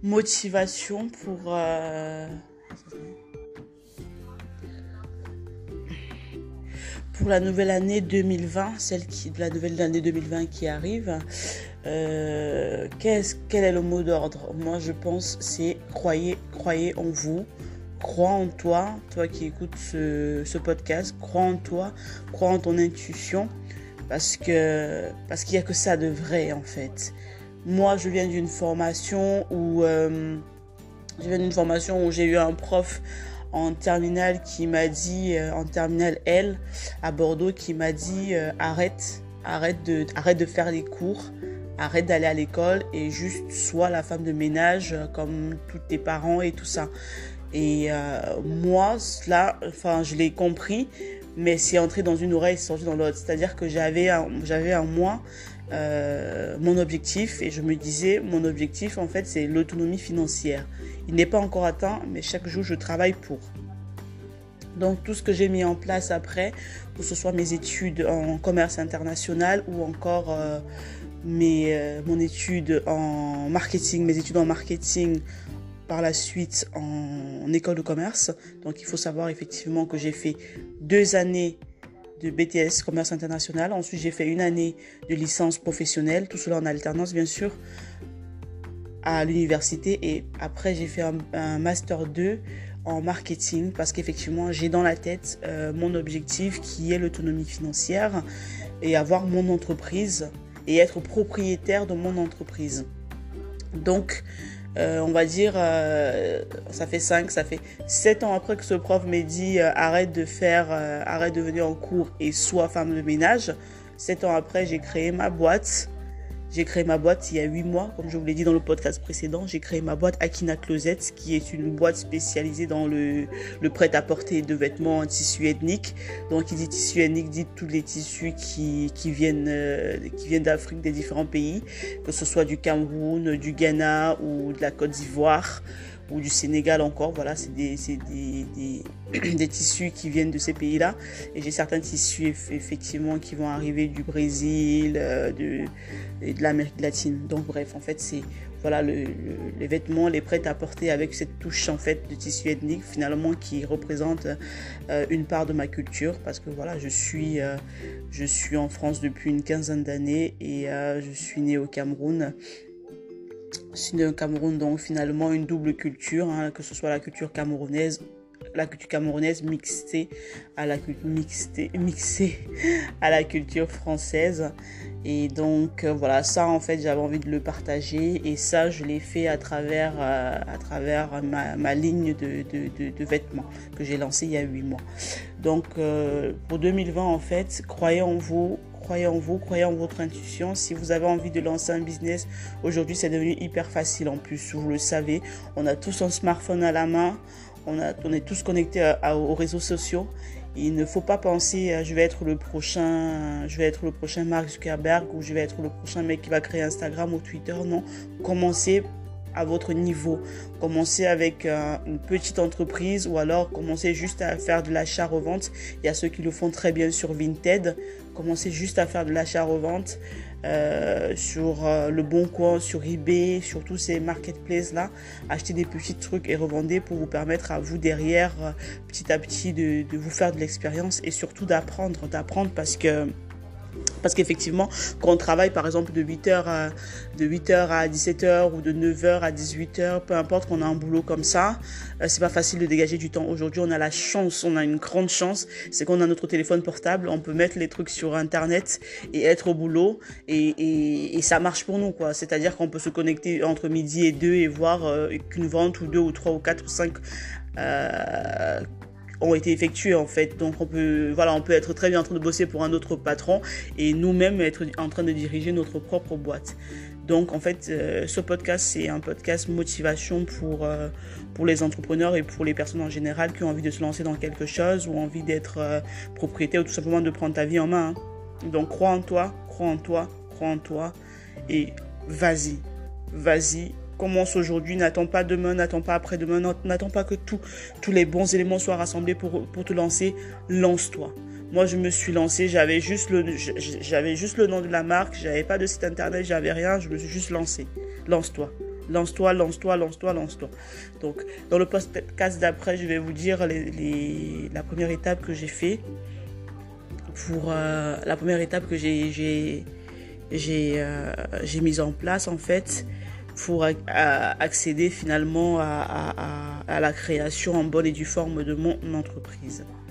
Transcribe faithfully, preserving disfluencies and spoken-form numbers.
motivation pour euh, pour la nouvelle année deux mille vingt, celle qui la nouvelle année deux mille vingt qui arrive. Euh, qu'est-ce, quel est le mot d'ordre? Moi, je pense c'est croyez, croyez en vous. Crois en toi, toi qui écoutes ce, ce podcast, crois en toi, crois en ton intuition, parce que parce qu'il n'y a que ça de vrai en fait. Moi, je viens d'une formation où euh, je viens d'une formation où j'ai eu un prof en terminale qui m'a dit, euh, en terminale L à Bordeaux, qui m'a dit euh, arrête, arrête de, arrête de faire les cours, arrête d'aller à l'école et juste sois la femme de ménage euh, comme tous tes parents et tout ça. Et euh, moi, cela, enfin, je l'ai compris, mais c'est entré dans une oreille, c'est sorti dans l'autre. C'est-à-dire que j'avais, un, j'avais en moi euh, mon objectif et je me disais, mon objectif, en fait, c'est l'autonomie financière. Il n'est pas encore atteint, mais chaque jour, je travaille pour. Donc, tout ce que j'ai mis en place après, que ce soit mes études en commerce international ou encore euh, mes, euh, mon étude en marketing, mes études en marketing, par la suite en, en école de commerce. Donc il faut savoir effectivement que j'ai fait deux années de B T S commerce international. Ensuite j'ai fait une année de licence professionnelle, tout cela en alternance bien sûr à l'université, et après j'ai fait un, un master deux en marketing parce qu'effectivement j'ai dans la tête euh, mon objectif qui est l'autonomie financière et avoir mon entreprise et être propriétaire de mon entreprise. Donc Euh, on va dire, euh, ça fait cinq, ça fait sept ans après que ce prof m'ait dit euh, arrête de faire, euh, arrête de venir en cours et sois femme de ménage. Sept ans après, j'ai créé ma boîte. J'ai créé ma boîte il y a huit mois, comme je vous l'ai dit dans le podcast précédent. J'ai créé ma boîte Akina Closet, qui est une boîte spécialisée dans le, le prêt-à-porter de vêtements en tissu ethnique. Donc, qui dit tissu ethnique dit tous les tissus qui, qui viennent, euh, qui viennent d'Afrique, des différents pays, que ce soit du Cameroun, du Ghana ou de la Côte d'Ivoire ou du Sénégal encore. Voilà, c'est des, c'est des, des, des tissus qui viennent de ces pays-là. Et j'ai certains tissus effectivement qui vont arriver du Brésil, euh, de, de l'Amérique latine. Donc bref, en fait, c'est voilà le, le, les vêtements, les prêt-à-porter avec cette touche en fait de tissu ethnique finalement qui représente euh, une part de ma culture, parce que voilà, je suis euh, je suis en France depuis une quinzaine d'années et euh, je suis née au Cameroun. Je suis née au Cameroun, donc finalement une double culture, hein, que ce soit la culture camerounaise, la culture camerounaise mixée à la mixée, mixée à la culture française. Et donc euh, voilà, ça en fait j'avais envie de le partager, et ça je l'ai fait à travers euh, à travers ma, ma ligne de, de, de, de vêtements que j'ai lancée il y a huit mois. Donc euh, pour deux mille vingt en fait, croyez en vous. Croyez en vous, croyez en votre intuition. Si vous avez envie de lancer un business, aujourd'hui c'est devenu hyper facile en plus, vous le savez. On a tous un smartphone à la main, on, a, on est tous connectés à, à, aux réseaux sociaux. Il ne faut pas penser euh, je vais être le prochain, je vais être le prochain Mark Zuckerberg ou je vais être le prochain mec qui va créer Instagram ou Twitter. Non, commencez à votre niveau. Commencez avec euh, une petite entreprise ou alors commencez juste à faire de l'achat-revente. Il y a ceux qui le font très bien sur Vinted. Commencez juste à faire de l'achat-revente euh, sur euh, le Bon Coin, sur eBay, sur tous ces marketplaces-là. Achetez des petits trucs et revendez pour vous permettre à vous derrière, euh, petit à petit, de, de vous faire de l'expérience et surtout d'apprendre. D'apprendre parce que Parce qu'effectivement, quand on travaille par exemple de huit heures à, de huit heures à dix-sept heures ou de neuf heures à dix-huit heures, peu importe, qu'on a un boulot comme ça, euh, c'est pas facile de dégager du temps. Aujourd'hui, on a la chance, on a une grande chance, c'est qu'on a notre téléphone portable, on peut mettre les trucs sur Internet et être au boulot et, et, et ça marche pour nous, quoi. C'est-à-dire qu'on peut se connecter entre midi et deux et voir euh, qu'une vente ou deux ou trois ou quatre ou cinq euh, ont été effectués en fait. Donc on peut voilà, on peut être très bien en train de bosser pour un autre patron et nous-mêmes être en train de diriger notre propre boîte. Donc en fait, euh, ce podcast, c'est un podcast motivation pour euh, pour les entrepreneurs et pour les personnes en général qui ont envie de se lancer dans quelque chose ou envie d'être euh, propriétaire ou tout simplement de prendre ta vie en main. Hein. Donc crois en toi, crois en toi, crois en toi et vas-y, vas-y. Commence aujourd'hui, n'attends pas demain, n'attends pas après-demain, n'attends pas que tout, tous les bons éléments soient rassemblés pour, pour te lancer. Lance-toi. Moi, je me suis lancée, j'avais juste le, j'avais juste le nom de la marque, j'avais pas de site internet, j'avais rien, je me suis juste lancée. Lance-toi. Lance-toi, lance-toi, lance-toi, lance-toi. Donc, dans le podcast d'après, je vais vous dire les, les, la première étape que j'ai fait pour euh, la première étape que j'ai j'ai j'ai euh, j'ai mise en place en fait pour a, a, accéder finalement à, à, à, à la création en bonne et due forme de mon entreprise.